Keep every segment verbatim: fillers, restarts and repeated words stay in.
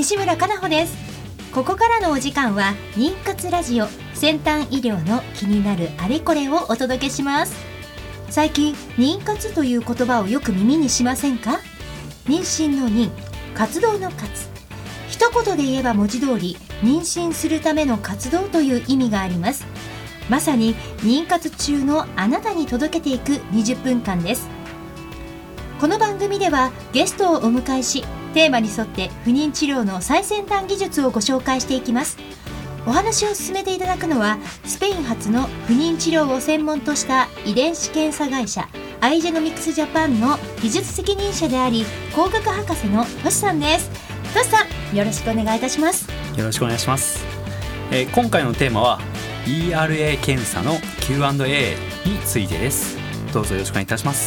西村かなほです。ここからのお時間は妊活ラジオ、先端医療の気になるあれこれをお届けします。最近妊活という言葉をよく耳にしませんか？妊娠の妊、活動の活、一言で言えば文字通り妊娠するための活動という意味があります。まさに妊活中のあなたに届けていくにじゅっぷんかんです。この番組ではゲストをお迎えし、テーマに沿って不妊治療の最先端技術をご紹介していきます。お話を進めていただくのは、スペイン発の不妊治療を専門とした遺伝子検査会社アイジェノミクスジャパンの技術責任者であり工学博士のトシさんです。トシさん、よろしくお願いいたします。 よろしくお願いします。えー、今回のテーマは イーアールエー 検査の キューアンドエー についてです。どうぞよろしくお願いいたします。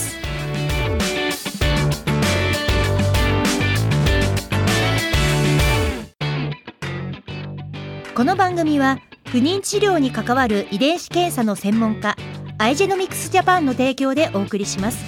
この番組は不妊治療に関わる遺伝子検査の専門家アイジェノミクスジャパンの提供でお送りします。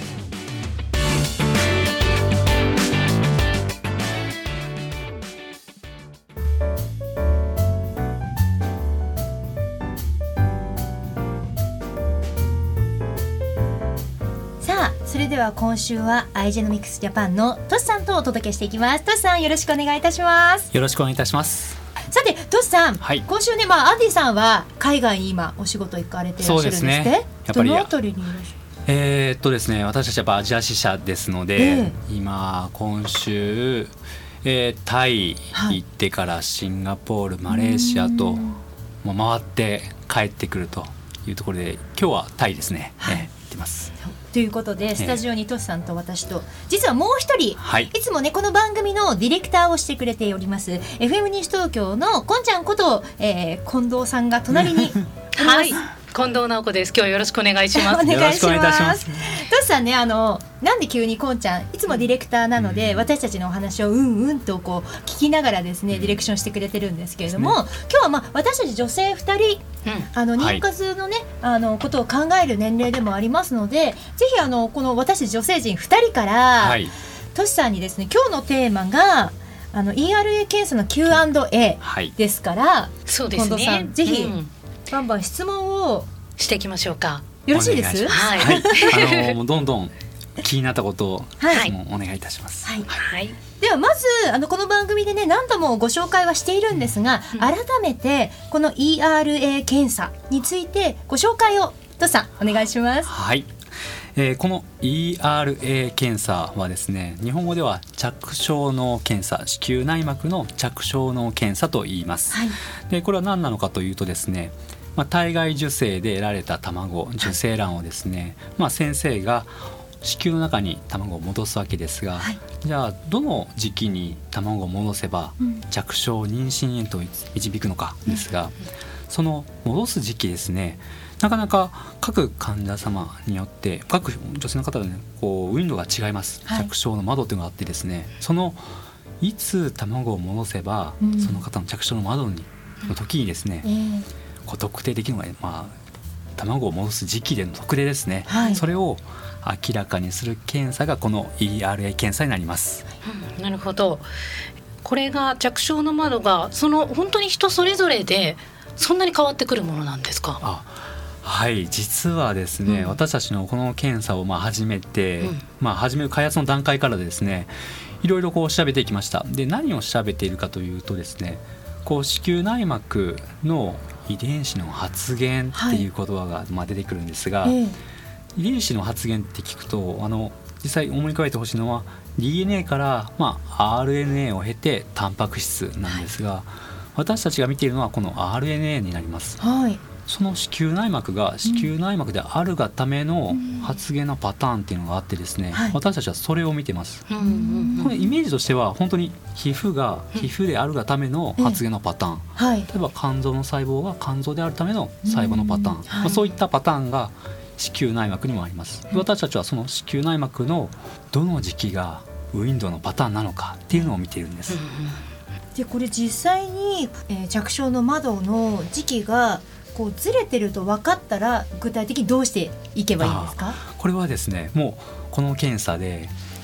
さあ、それでは今週はアイジェノミクスジャパンのトシさんとお届けしていきます。トシさん、よろしくお願いいたします。 よろしくお願いいたします。 さてトシさん、 はい、 今週ね、まあ、アンディさんは海外に今お仕事行かれていらっしゃるんですね。 そうですね、やっぱりどのあたりにいらっしゃる？ えー、っとですね私たちはやっぱアジア支社ですので、えー、今今週、えー、タイ行ってからシンガポール、マレーシアともう回って帰ってくるというところで、今日はタイですね、はい、えー、行ってます。 ということでスタジオにトシさんと私と、実はもう一人、 はい、 いつもねこの番組のディレクターをしてくれております エフエム 西東京のこんちゃんこと、えー、近藤さんが隣にはい、近藤直子です。今日はよろしくお願いします。 お願いします。 よろしくお願いいたします。 トシさんね、あのなんで急にこんちゃん、いつもディレクターなので、うん、私たちのお話をうんうんとこう聞きながらですね、ディレクションしてくれてるんですけれども、ね、今日はまあ私たち女性ふたり、うん、あの妊活のね、はい、あのことを考える年齢でもありますので、ぜひあのこの私たち女性陣ふたりから、はい、トシさんにですね、今日のテーマがあの イーアールエー 検査の キューアンドエー ですから、はい、 そうですね、 近藤さんぜひ、うん、バンバン質問をしていきましょうか。 よろしいです？ はい、 はい、あのもうどんどん気になったことを質問お願いいたします。 はいはい、ではまずあのこの番組でね何度もご紹介はしているんですが、うん、改めてこの イーアールエー 検査についてご紹介をトシさんお願いします。 はい、えー、この イーアールエー 検査はですね、日本語では着床脳検査、子宮内膜の着床脳検査と言います。はい、でこれは何なのかというとですね、まあ、体外受精で得られた卵、受精卵をですね、まあ、先生が子宮の中に卵を戻すわけですが、はい、じゃあどの時期に卵を戻せば着床妊娠へと導くのかですが、うん、その戻す時期ですね、なかなか各患者様によって各女性の方で、ね、こうウィンドウが違います。はい、着床の窓というのがあってですね、そのいつ卵を戻せば、うん、その方の着床の窓にの時にですね、えーこう特定できるのが、まあ、卵を戻す時期での特定ですね。はい、それを明らかにする検査がこの イーアールエー 検査になります。 うん、なるほど。これが着床の窓がその本当に人それぞれでそんなに変わってくるものなんですか？ あ、はい、実はですね、うん、私たちのこの検査をまあ始めて、うんまあ、始める開発の段階からですね、いろいろこう調べていきました。で何を調べているかというとですね、こう子宮内膜の遺伝子の発現っていう言葉がまあ出てくるんですが、はい、遺伝子の発現って聞くとあの実際思い浮かべてほしいのは ディーエヌエー から、まあ、アールエヌエー を経てタンパク質なんですが、はい、私たちが見ているのはこの アールエヌエー になります。はい、その子宮内膜が子宮内膜であるがための発現のパターンっていうのがあってですね、うん、私たちはそれを見てます。うん、このイメージとしては本当に皮膚が皮膚であるがための発現のパターン、うんはい、例えば肝臓の細胞が肝臓であるための細胞のパターン、うんはいまあ、そういったパターンが子宮内膜にもあります。私たちはその子宮内膜のどの時期がウィンドウのパターンなのかっていうのを見ているんです。うん、 でこれ実際に、えー、着床の窓の時期がこうずれてると分かったら具体的にどうしていけばいいんですか？ これはですね、もうこの検査で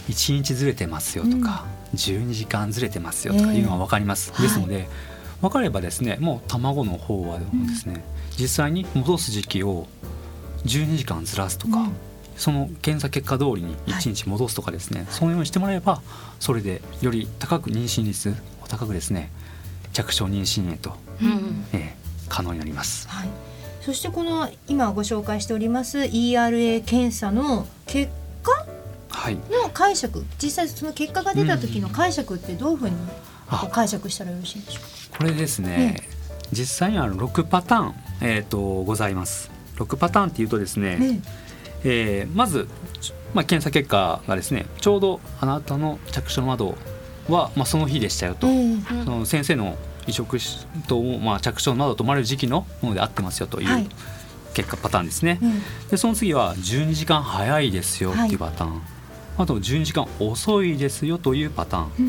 いちにちずれてますよとか、うん、じゅうにじかんずれてますよとかいうのが分かります、えー、ですので、はい、分かればですねもう卵の方はですね、うん、実際に戻す時期をじゅうにじかんずらすとか、うん、その検査結果通りにいちにち戻すとかですね、はい、そのようにしてもらえばそれでより高く妊娠率を高くですね着床妊娠へと、うんえー、可能になります、 はい、そしてこの今ご紹介しております イーアールエー 検査の結果の解釈、はい、実際その結果が出た時の解釈ってどういうふうに解釈したらよろしいでしょうか。 これですね、ね実際にはろくパターン、えー、とございます。ろくパターンっていうとですね、ねえー、まず、まあ、検査結果がですねちょうどあなたの着床の窓は、まあ、その日でしたよと、うん、その先生の移植と、まあ、着床の窓と生まれる時期のものであってますよという結果パターンですね、はい、でその次はじゅうにじかん早いですよっていうパターン、はい、あとじゅうにじかん遅いですよというパターン、うん、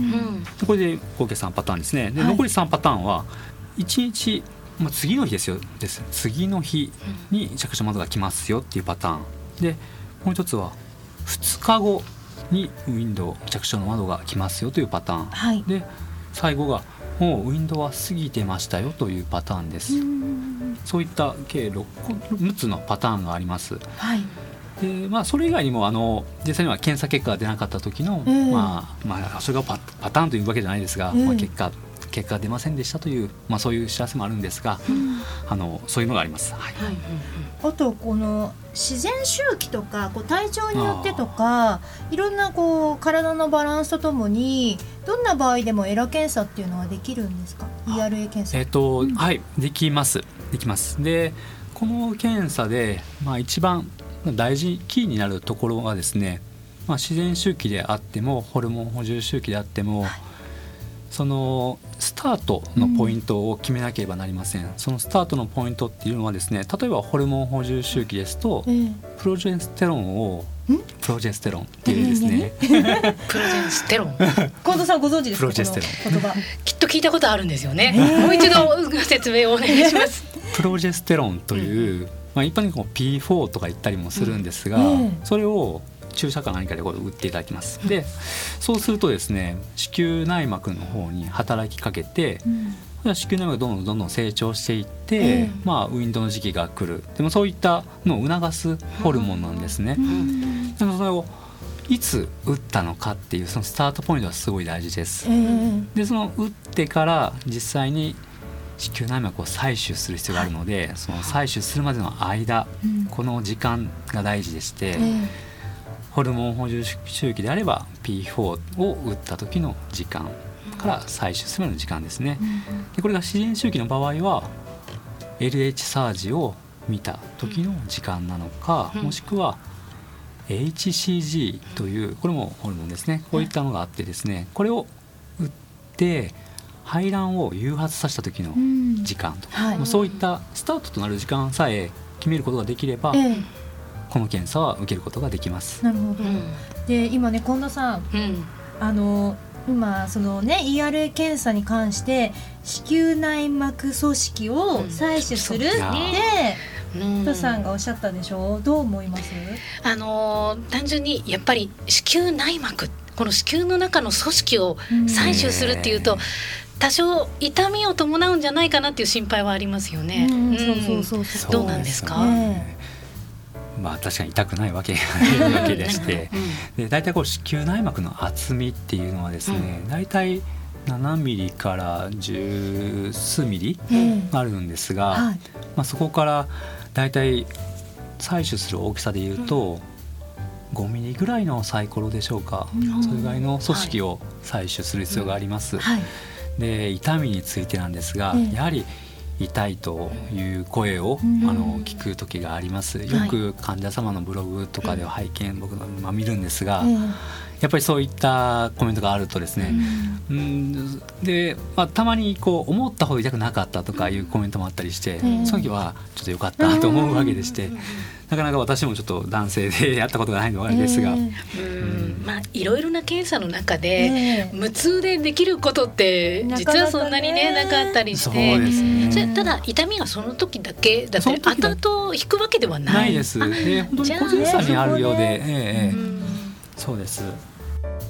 でこれで合計さんパターンですね。で残りさんパターンはいちにち、まあ、次の日ですよです次の日に着床窓が来ますよっていうパターンで、もう一つはふつかごにウィンドウ着床の窓が来ますよというパターン、はい、で最後がもうウィンドウは過ぎてましたよというパターンです。うんそういった計ろっこむっつのパターンがあります、はいでまあ、それ以外にもあの実際には検査結果が出なかった時の、えーまあまあ、それが パ, パターンというわけじゃないですが、えーまあ、結果結果が出ませんでしたという、まあ、そういう知らせもあるんですが、うん、あのそういうのがあります、はいはい、 あとこの自然周期とかこう体調によってとかいろんなこう体のバランスとともにどんな場合でもエラ検査っていうのはできるんですか？ イーアールエー 検査、 えーとうん、はいできますできますでこの検査で、まあ、一番大事キーになるところがですね、まあ、自然周期であってもホルモン補充周期であっても、はい、そのスタートのポイントを決めなければなりません、うん、そのスタートのポイントっていうのはですね例えばホルモン補充周期ですと、うん、プロジェステロンをプロジェステロンっていうですねプロジェステロン近藤さんご存知ですか？ プロジェステロン言葉きっと聞いたことあるんですよね、えー、もう一度ご説明をお願いしますプロジェステロンという、うんまあ、一般にこう ピーフォー とか言ったりもするんですが、うん、それを注射か何かでこう打っていただきます。でそうするとですね子宮内膜の方に働きかけて、うん、子宮内膜がどんどんどんどん成長していって、うんまあ、ウィンドウの時期が来るでもそういったのを促すホルモンなんですね、うん、でもそれをいつ打ったのかっていうそのスタートポイントはすごい大事です、うん、でその打ってから実際に子宮内膜を採取する必要があるので、はい、その採取するまでの間、うん、この時間が大事でして、うんホルモン補充周期であれば ピーフォー を打った時の時間から採取するまでの時間ですね、うん、でこれが自然周期の場合は エルエイチ サージを見た時の時間なのか、うん、もしくは エイチシージー というこれもホルモンですねこういったのがあってですねこれを打って排卵を誘発させた時の時間とか、うんはい、そういったスタートとなる時間さえ決めることができれば、ええこの検査は受けることができます。 なるほど、うん、で今ね近藤さん、うん、あの今そのね イーアールエー 検査に関して子宮内膜組織を採取するってト、うん、さんがおっしゃったでしょう。どう思います？ あの単純にやっぱり子宮内膜この子宮の中の組織を採取するっていうと、うん多少痛みを伴うんじゃないかなっていう心配はありますよね。うんうん、そうそうそうそうどうなんですか？ まあ、確かに痛くないわけがないわけでしてで大体こう子宮内膜の厚みっていうのはですね、うん、大体ななミリから十数ミリあるんですが、うんはいまあ、そこから大体採取する大きさでいうと、うん、ごミリぐらいのサイコロでしょうか、うん、それぐらいの組織を採取する必要があります、うんはい、で痛みについてなんですが、うん、やはり痛いという声を、うん、あの聞く時があります。よく患者様のブログとかでは拝見、僕の、まあ、見るんですが、うん、やっぱりそういったコメントがあるとですね、うんうんでまあ、たまにこう思ったほど痛くなかったとかいうコメントもあったりして、うん、その時はちょっとよかったと思うわけでして、うん、なかなか私もちょっと男性でやったことがないのはあれですが、うんうんまあ、いろいろな検査の中で、うん、無痛でできることって実はそんなにねなかったりして、そうですね、それただ痛みがその時だけだって後々引くわけではないないです。で本当に個人差にあるようで、ええうん、そうです。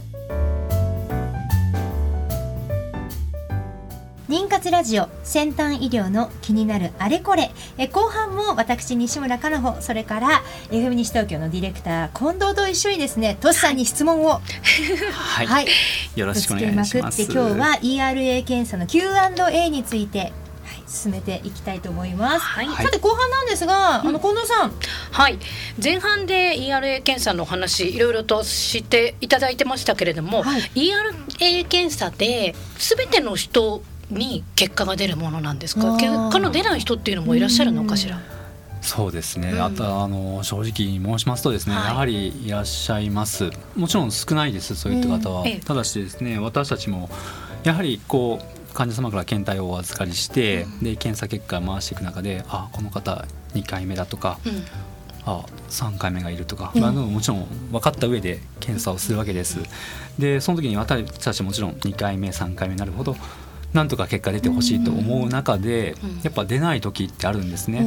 妊活ラジオ先端医療の気になるあれこれ。え後半も私西村かなほ、それから エフエム 西東京のディレクター近藤と一緒にですね、トシさんに質問をはい、 はい、 よろしくお願いします。 ぶつけまくって今日は イーアールエー 検査の キューアンドエー について、はい、進めていきたいと思います、 はい、 さて後半なんですが、うん、あの近藤さん、 はい、前半で イーアールエー 検査の話いろいろとしていただいてましたけれども、はい、イーアールエー 検査で全ての人に結果が出るものなんですか？結果の出ない人っていうのもいらっしゃるのかしら？ そうですね、 うん、 あとあの正直申しますとですね、はい、やはりいらっしゃいます。もちろん少ないです、そういった方は、ええ、ただしですね、私たちもやはりこう患者様から検体をお預かりして、うん、で検査結果を回していく中で、あこの方にかいめだとか、うん、あさんかいめがいるとか、うん、まあ、もちろん分かった上で検査をするわけです、うん、でその時に私たちもちろんにかいめさんかいめになるほどなんとか結果出てほしいと思う中で、うん、やっぱ出ない時ってあるんですね、うん、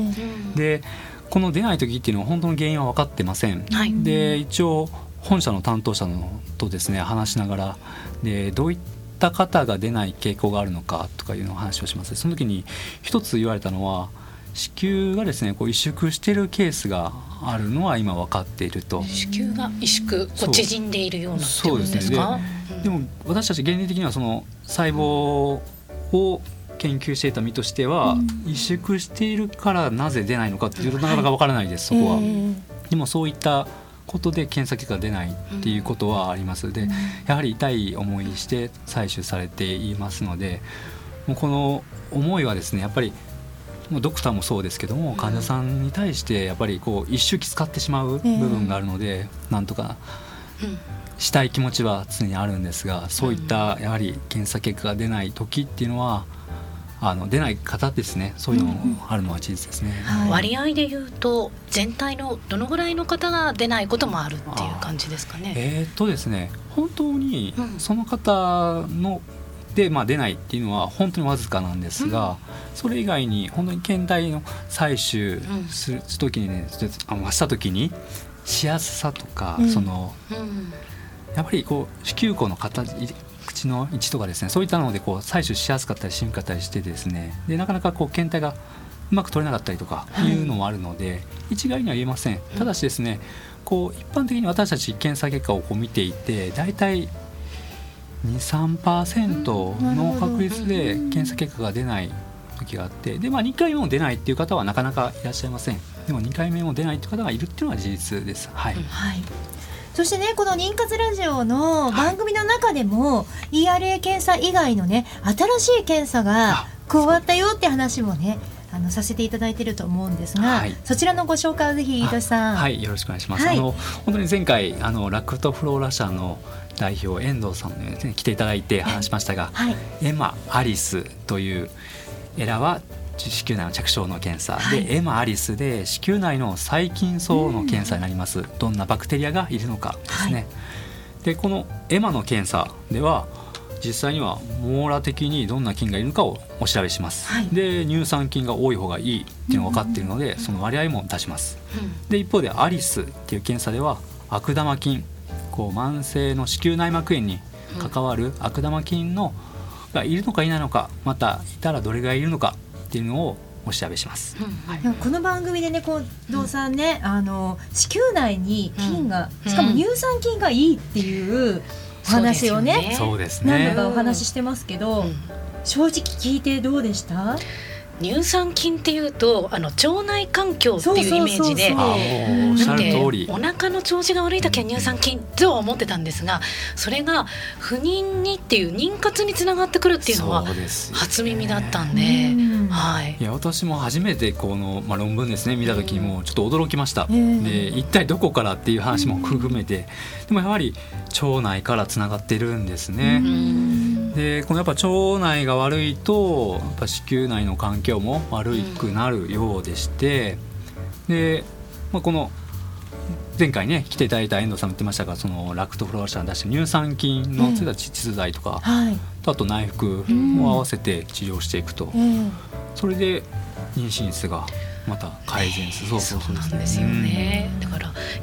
でこの出ない時っていうのは本当の原因は分かってません、はい、で一応本社の担当者のとですね話しながら、でどういった方が出ない傾向があるのかとかいうのを話をします。その時に一つ言われたのは、子宮がですねこう萎縮しているケースがあるのは今分かっていると。 子宮が萎縮、こう縮んでいるようなっていうんですか？ で、でも私たち原理的にはその細胞を研究していた身としては、うん、萎縮しているからなぜ出ないのかっていうとなかなか分からないです、はい、そこは、えー、でもそういったことで検査結果が出ないっていうことはあります。でやはり痛い思いして採取されていますので、もうこの思いはですねやっぱりもうドクターもそうですけども、患者さんに対してやっぱりこう一周きつかってしまう部分があるので、なんとかしたい気持ちは常にあるんですが、そういったやはり検査結果が出ない時っていうのはあの出ない方ですね、そういうのもあるのは事実ですね、 はい、割合でいうと全体のどのぐらいの方が出ないこともあるっていう感じですかね？ えーっとですね本当にその方ので、まあ、出ないっていうのは本当にわずかなんですが、うん、それ以外に本当に検体の採取する時にね、うん、した時にしやすさとか、うん、その、うん、やっぱりこう子宮口の形口の位置とかですね、そういったのでこう採取しやすかったりしにくかったりしてですね、でなかなかこう検体がうまく取れなかったりとかいうのもあるので、はい、一概には言えません。ただしですね、こう一般的に私たち検査結果をこう見ていてだいたいに、さんパーセント の確率で検査結果が出ない時があって、で、まあ、にかいめも出ないっていう方はなかなかいらっしゃいません。でもにかいめも出ないっていう方がいるっていうのは事実です、はい、はい、 そしてねこの妊活ラジオの番組の中でも、はい、イーアールエー 検査以外のね新しい検査が加わったよって話もねあのさせていただいていると思うんですが、はい、そちらのご紹介をぜひ飯田さん。 はい、よろしくお願いします、はい、あの本当に前回あのラクトフローラ社の代表遠藤さんに、ね、来ていただいて話しましたが、はい、エマアリスというエラは子宮内の着床の検査、はい、でエマアリスで子宮内の細菌層の検査になります、うん、どんなバクテリアがいるのかですね、はい、でこのエマの検査では実際には網羅的にどんな菌がいるのかをお調べします、はい、で乳酸菌が多い方がいいっていうのが分かっているので、うん、その割合も出します、うん、で一方でアリスっていう検査では悪玉菌、こう慢性の子宮内膜炎に関わる悪玉菌のがいるのかいないのか、またいたらどれぐらいいるのかっていうのをお調べします、 うんはい、この番組でね近藤さんね、うん、あの子宮内に菌が、うん、しかも乳酸菌がいいっていうお話をね、 そうですね、 何度かお話ししてますけど、うん、正直聞いてどうでした？ 乳酸菌っていうとあの腸内環境っていうイメージで、 おっしゃる通り、 お腹の調子が悪い時は乳酸菌とは思ってたんですが、それが不妊にっていう妊活につながってくるっていうのは初耳だったんで、はい、 いや私も初めてこの、まあ、論文ですね見た時にもちょっと驚きました、で一体どこからっていう話も含めて、でもやはり腸内からつながってるんですね。でこのやっぱ腸内が悪いとやっぱ子宮内の環境も悪くなるようでして、で、まあ、この前回ね来ていただいた遠藤さんも言ってましたが、そのラクトフローラ社が出した乳酸菌のついた窒素剤とか、はい、あと内服も合わせて治療していくと、うん、それで妊娠率がまた改善する、 そうそうそうなんですよね、うん、だから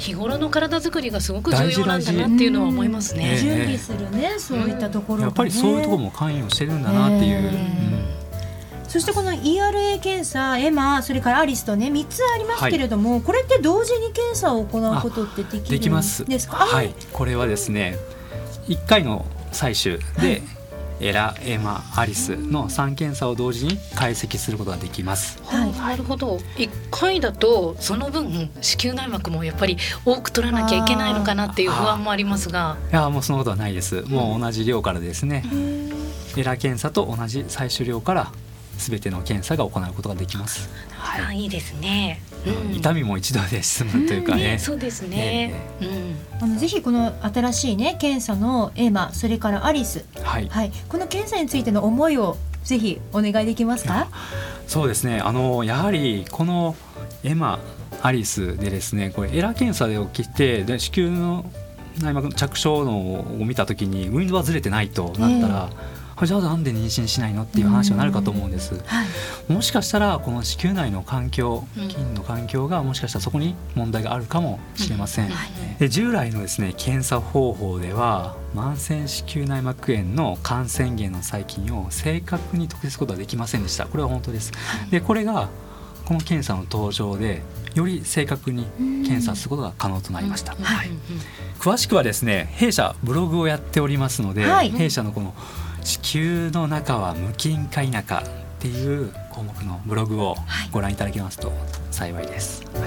日頃の体づくりがすごく重要なんだなっていうのは思いますね。 準備するね、そういったところがね、 やっぱりそういうところも関与してるんだなっていう、 えーうんそしてこの イーアールエー 検査、エマ、それからアリスとねみっつありますけれども、はい、これって同時に検査を行うことってできるんですか？ できます。はい、これはですねいっかいの採取で、はい、エラ、エマ、アリスのさん検査を同時に解析することができます。 はい、なるほど。いっかいだとその分子宮内膜もやっぱり多く取らなきゃいけないのかなっていう不安もありますが、 いやもうそのことはないです。もう同じ量からですね、うん、エラ検査と同じ採取量からすべての検査が行うことができます。 はい、いいですね、 うん、痛みも一度で済むというかね、うんね、 そうですね、 えーうん、あのぜひこの新しいね検査のエマ、それからアリス、はいはい、この検査についての思いをぜひお願いできますか？ そうですね、あのやはりこのエマ、アリスでですね、これエラ検査で起きてで子宮の内膜着床能を見たときにウィンドウはずれてないとなったら、えーじゃあなんで妊娠しないのっていう話になるかと思うんです、はい、もしかしたらこの子宮内の環境、菌の環境がもしかしたらそこに問題があるかもしれません、うんはい、で従来のですね検査方法では慢性子宮内膜炎の感染源の細菌を正確に特定することはできませんでした。これは本当です。でこれがこの検査の登場でより正確に検査することが可能となりました、はい、詳しくはですね弊社ブログをやっておりますので、はい、弊社のこの子宮の中は無菌か否かっていう項目のブログをご覧いただけますと幸いです、はい、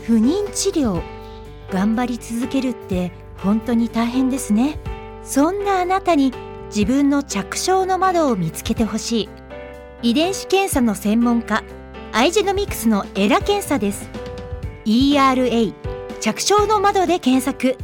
不妊治療頑張り続けるって本当に大変ですね。そんなあなたに自分の着床の窓を見つけてほしい遺伝子検査の専門家アイジェノミクスのエラ検査です。 イーアールエー 着床の窓で検索。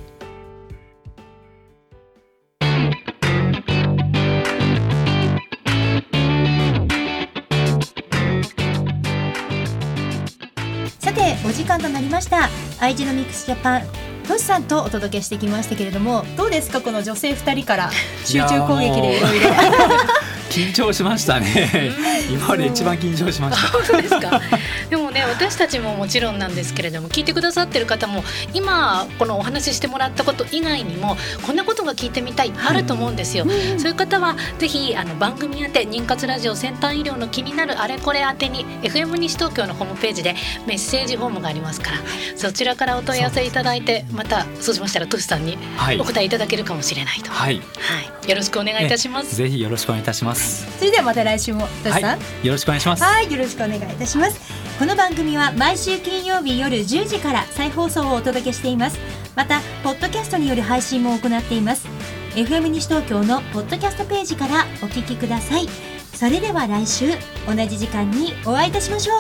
さてお時間となりました。アイジェノミクスジャパントシさんとお届けしてきましたけれども、どうですかこの女性ふたりから集中攻撃でいろいろ緊張しましたね今まで一番緊張しました本当ですか？でもね私たちももちろんなんですけれども聞いてくださってる方も今このお話ししてもらったこと以外にもこんなことが聞いてみたいあると思うんですよ、はい、そういう方はぜひあの番組宛て妊活ラジオ先端医療の気になるあれこれ宛てに エフエム 西東京のホームページでメッセージフォームがありますから、はい、そちらからお問い合わせいただいてまたそうしましたらトシさんにお答えいただけるかもしれないと、はいはい、よろしくお願いいたします。 ぜひよろしくお願いいたします。 それではまた来週もトシさん、 はい、よろしくお願いします。 はい、よろしくお願いいたします。この番組は毎週金曜日夜じゅうじから再放送をお届けしています。またポッドキャストによる配信も行っています。 エフエム 西東京のポッドキャストページからお聞きください。それでは来週同じ時間にお会いいたしましょう。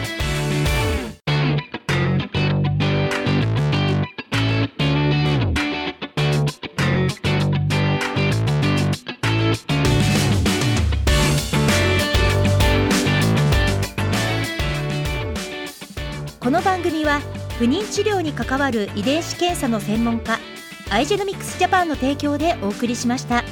この番組は不妊治療に関わる遺伝子検査の専門家アイジェノミクスジャパンの提供でお送りしました。